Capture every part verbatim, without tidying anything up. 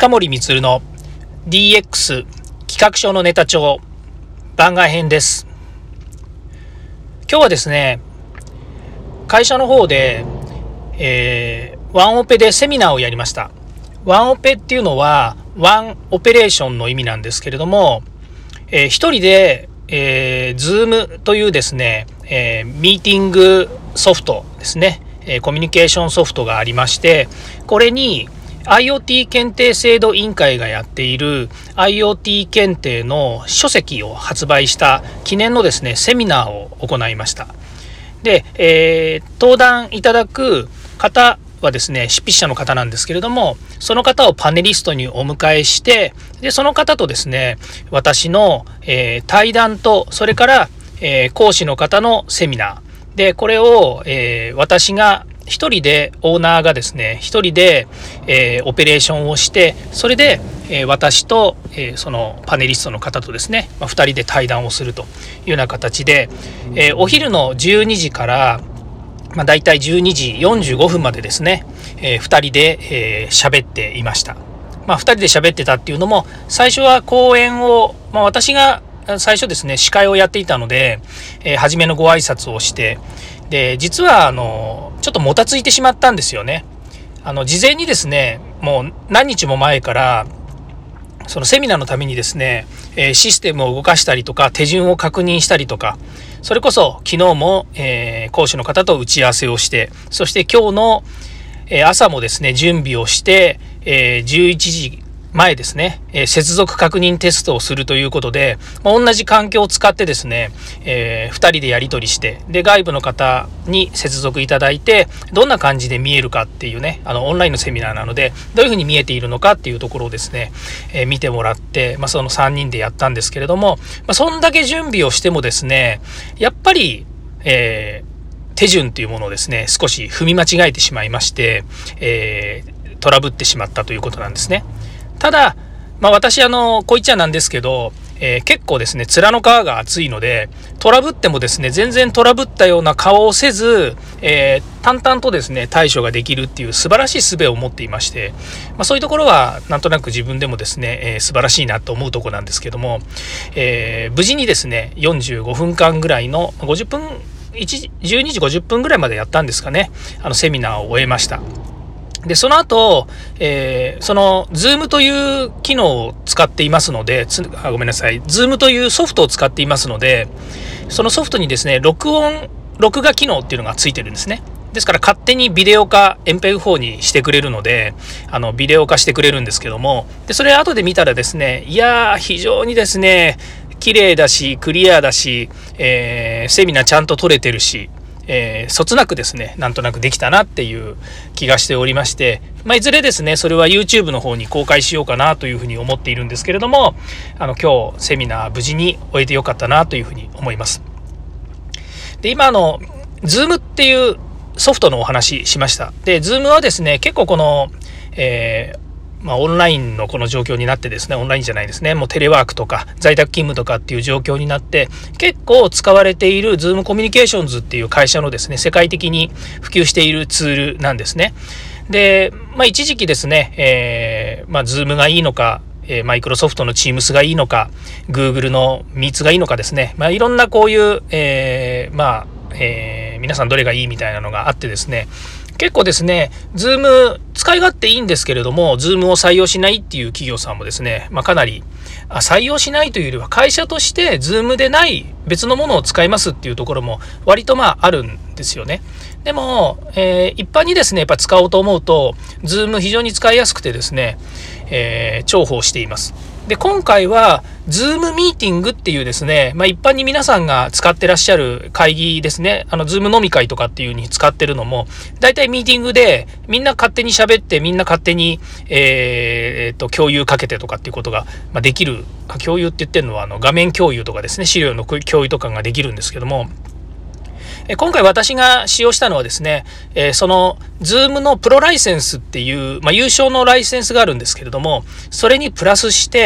近森光の ディーエックス 企画書のネタ帳番外編です。今日はですね、会社の方で、えー、ワンオペでセミナーをやりました。ワンオペっていうのはワンオペレーションの意味なんですけれども、えー、一人で、えー、Zoom というですね、えー、ミーティングソフトですね、えー、コミュニケーションソフトがありまして、これに IoT 検定制度委員会がやっている IoT 検定の書籍を発売した記念のですねセミナーを行いました。で、えー、登壇いただく方はですね執筆者の方なんですけれども、その方をパネリストにお迎えして、でその方とですね私の、えー、対談と、それから、えー、講師の方のセミナーで、これを、えー、私が一人でオーナーがですね一人で、えー、オペレーションをして、それで、えー、私と、えー、そのパネリストの方とですね、まあ、ふたりで対談をするというような形で、えー、お昼のじゅうにじから、まあ、だいたいじゅうにじよんじゅうごふんまでですね、えー、ふたりでえー、喋っていました。まあ、ふたりで喋ってたっていうのも、最初は講演を、まあ、私が最初ですね司会をやっていたので、えー、初めのご挨拶をして、で実はあのちょっともたついてしまったんですよね。あの事前にですねもう何日も前からそのセミナーのためにですね、えー、システムを動かしたりとか手順を確認したりとか、それこそ昨日も、えー、講師の方と打ち合わせをして、そして今日の、えー、朝もですね準備をして、えー、じゅういちじまえですね、えー、接続確認テストをするということで、まあ、同じ環境を使ってですね、えー、ふたりでやり取りして、で外部の方に接続いただいて、どんな感じで見えるかっていうね、あのオンラインのセミナーなのでどういうふうに見えているのかっていうところをですね、えー、見てもらって、まあ、そのさんにんでやったんですけれども、まあ、そんだけ準備をしてもですねやっぱり、えー、手順というものをですね少し踏み間違えてしまいまして、えー、トラブってしまったということなんですね。ただ、まあ、私あのこう言っちゃなんですけど、えー、結構ですね面の皮が厚いので、トラブってもですね全然トラブったような顔をせず、えー、淡々とですね対処ができるっていう素晴らしい術を持っていまして、まあ、そういうところはなんとなく自分でもですね、えー、素晴らしいなと思うところなんですけども、えー、無事にですねよんじゅうごふんかんぐらいのごじゅっぷんじゅうにじごじゅっぷんぐらいまでやったんですかね、あのセミナーを終えました。でその後、えー、その Zoom という機能を使っていますので、つあごめんなさい Zoom というソフトを使っていますので、そのソフトにですね録音録画機能っていうのがついてるんですね。ですから勝手にビデオ化 エムペーフォー にしてくれるので、あのビデオ化してくれるんですけども、でそれ後で見たらですね、いやー非常にですね綺麗だしクリアだし、えー、セミナーちゃんと撮れてるし、えー、そつなくですねなんとなくできたなっていう気がしておりまして、まあ、いずれですねそれは YouTube の方に公開しようかなというふうに思っているんですけれども、あの今日セミナー無事に終えてよかったなというふうに思います。で今あの Zoom っていうソフトのお話しました。で Zoom はですね結構この、えーまあ、オンラインのこの状況になってですね、オンラインじゃないですね、もうテレワークとか在宅勤務とかっていう状況になって、結構使われている Zoom コミュニケーションズっていう会社のですね、世界的に普及しているツールなんですね。で、まあ、一時期ですね、えー、まあ、Zoom がいいのか、えー、マイクロソフトの Teams がいいのか、Google の Meets がいいのかですね、まあ、いろんなこういう、えー、まあ、えー、皆さんどれがいいみたいなのがあってですね、結構ですね Zoom 使い勝手いいんですけれども Zoom を採用しないっていう企業さんもですね、まあ、かなりあ採用しないというよりは会社として Zoom でない別のものを使いますっていうところも割とまああるんですよね。でも、えー、一般にですねやっぱ使おうと思うと Zoom 非常に使いやすくてですね、えー、重宝しています。で今回は Zoom ミーティングっていうですね、まあ、一般に皆さんが使ってらっしゃる会議ですね、あの Zoom 飲み会とかっていう風に使ってるのもだいたいミーティングでみんな勝手に喋ってみんな勝手に、えー、えーと共有かけてとかっていうことができる。共有って言ってるのはあの画面共有とかですね、資料の共有とかができるんですけども、今回私が使用したのはですね、えー、その Zoom のプロライセンスっていう、まあ、有償のライセンスがあるんですけれども、それにプラスして、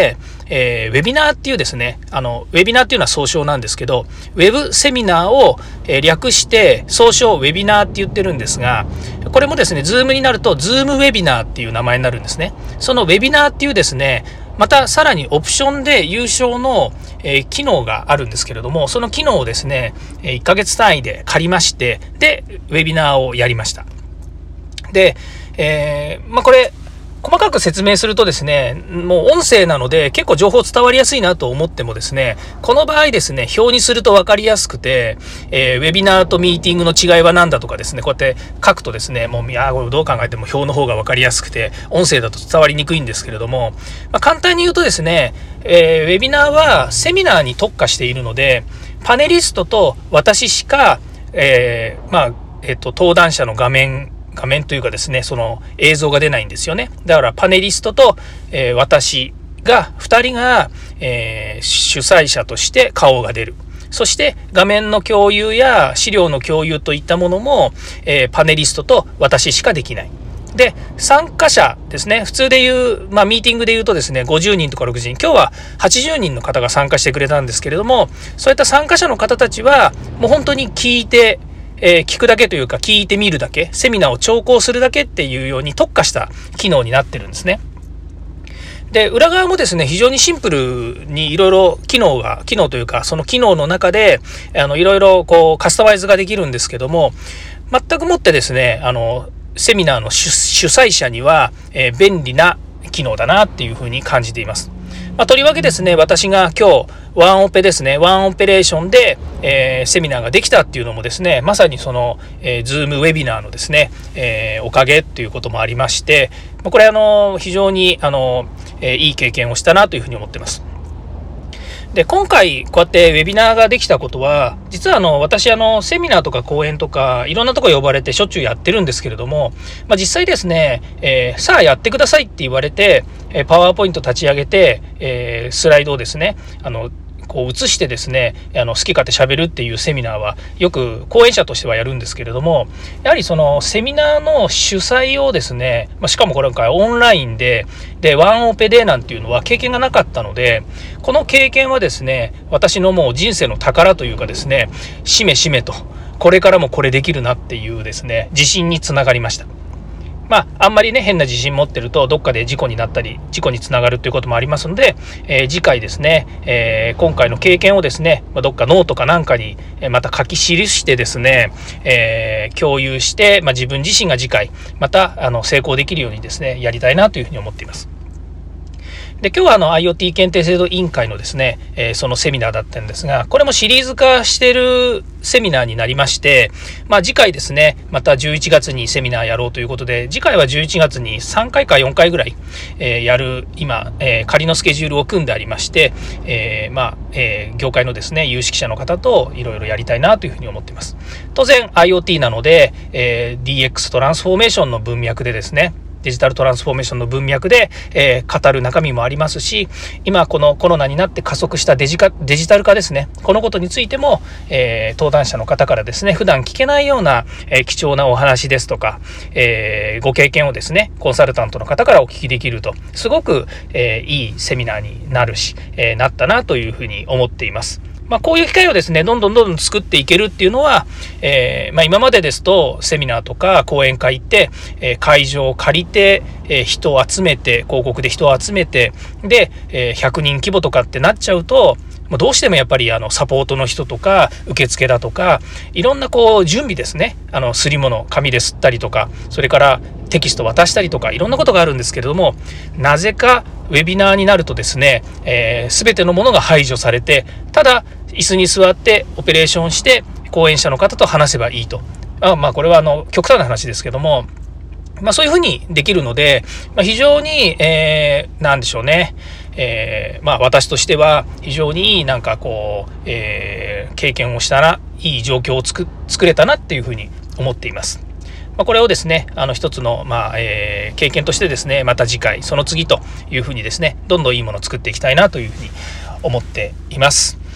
えー、ウェビナーっていうですね、あのウェビナーっていうのは総称なんですけど、ウェブセミナーを、えー、略して総称ウェビナーって言ってるんですが、これもですね、Zoom になると Zoom ウェビナーっていう名前になるんですね。そのウェビナーっていうですね、またさらにオプションで有償の、えー、機能があるんですけれども、その機能をですね、いっかげつ単位で借りまして、でウェビナーをやりました。で、えー、まあこれ細かく説明するとですね、もう音声なので結構情報伝わりやすいなと思ってもですね、この場合ですね、表にすると分かりやすくて、えー、ウェビナーとミーティングの違いは何だとかですね、こうやって書くとですね、もういやこれどう考えても表の方が分かりやすくて、音声だと伝わりにくいんですけれども、まあ、簡単に言うとですね、えー、ウェビナーはセミナーに特化しているので、パネリストと私しか、えー、まあ、えっと、登壇者の画面画面というかですね、その映像が出ないんですよね。だからパネリストと、えー、私がふたりが、えー、主催者として顔が出る。そして画面の共有や資料の共有といったものも、えー、パネリストと私しかできない。で、参加者ですね、普通でいう、まあ、ミーティングでいうとですね、ごじゅうにんとかろくじゅうにん、今日ははちじゅうにんの方が参加してくれたんですけれども、そういった参加者の方たちはもう本当に聞いてえー、聞くだけというか聞いてみるだけ、セミナーを聴講するだけっていうように特化した機能になってるんですね。で、裏側もですね、非常にシンプルにいろいろ機能が、機能というかその機能の中であのいろいろこうカスタマイズができるんですけども、全くもってですね、あのセミナーの 主, 主催者には、えー、便利な機能だなっていうふうに感じています。まあ、とりわけですね、私が今日ワンオペですね、ワンオペレーションで、えー、セミナーができたっていうのもですね、まさにその、えー、Zoom ウェビナーのですね、えー、おかげっていうこともありまして、これあの非常にあの、えー、いい経験をしたなというふうに思っています。で、今回こうやってウェビナーができたことは、実はあの私あのセミナーとか講演とかいろんなところ呼ばれてしょっちゅうやってるんですけれども、まあ、実際ですね、えー、さあやってくださいって言われて、えー、パワーポイント立ち上げて、えー、スライドをですね、あのこう映してですね、あの好き勝手喋るっていうセミナーはよく講演者としてはやるんですけれども、やはりそのセミナーの主催をですね、まあ、しかもこれ回オンラインででワンオペでなんていうのは経験がなかったので、この経験はですね、私のもう人生の宝というかですね、しめしめとこれからもこれできるなっていうですね、自信につながりました。まあ、あんまりね変な自信持ってるとどっかで事故になったり事故につながるということもありますので、えー、次回ですね、えー、今回の経験をですね、まあ、どっかノートかなんかにまた書き記してですね、えー、共有して、まあ、自分自身が次回またあの成功できるようにですねやりたいなというふうに思っています。で、今日はあの IoT 検定制度委員会のですね、えー、そのセミナーだったんですが、これもシリーズ化しているセミナーになりまして、まあ次回ですね、またじゅういちがつにセミナーやろうということで、次回はじゅういちがつにさんかいかよんかいぐらい、えー、やる今、えー、仮のスケジュールを組んでありまして、えー、まあ、えー、業界のですね、有識者の方といろいろやりたいなというふうに思っています。当然 IoT なので、えー、ディーエックス トランスフォーメーションの文脈でですね、デジタルトランスフォーメーションの文脈で、えー、語る中身もありますし、今このコロナになって加速したデジカ、デジタル化ですね、このことについても、えー、登壇者の方からですね、普段聞けないような、えー、貴重なお話ですとか、えー、ご経験をですね、コンサルタントの方からお聞きできると、すごく、えー、いいセミナーになるし、えー、なったなというふうに思っています。まあ、こういう機会をですね、どんどんどんどん作っていけるっていうのは、えーまあ、今までですとセミナーとか講演会って、えー、会場を借りて、えー、人を集めて、広告で人を集めて、で、えー、ひゃくにん規模とかってなっちゃうと、どうしてもやっぱりあのサポートの人とか受付だとかいろんなこう準備ですね、あの刷り物紙で吸ったりとか、それからテキスト渡したりとかいろんなことがあるんですけれども、なぜかウェビナーになるとですね、えー、全てのものが排除されて、ただ椅子に座ってオペレーションして講演者の方と話せばいいと。あまあこれはあの極端な話ですけども、まあそういうふうにできるので、まあ、非常に、えー、なんでしょうね、えー、まあ私としては非常にいいなんかこう、えー、経験をしたらいい状況をつく作れたなっていうふうに思っています。まあ、これをですね、あの一つの、まあえー、経験としてですね、また次回その次というふうにですね、どんどんいいものを作っていきたいなというふうに思っています。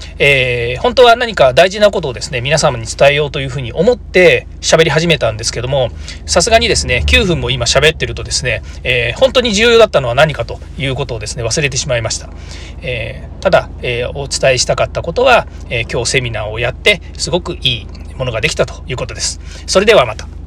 えー、本当は何か大事なことをですね皆様に伝えようというふうに思って喋り始めたんですけども、さすがにですねきゅうふんも今喋ってるとですね、えー、本当に重要だったのは何かということをですね忘れてしまいました。えー、ただ、えー、お伝えしたかったことは、えー、今日セミナーをやってすごくいいものができたということです。それではまた。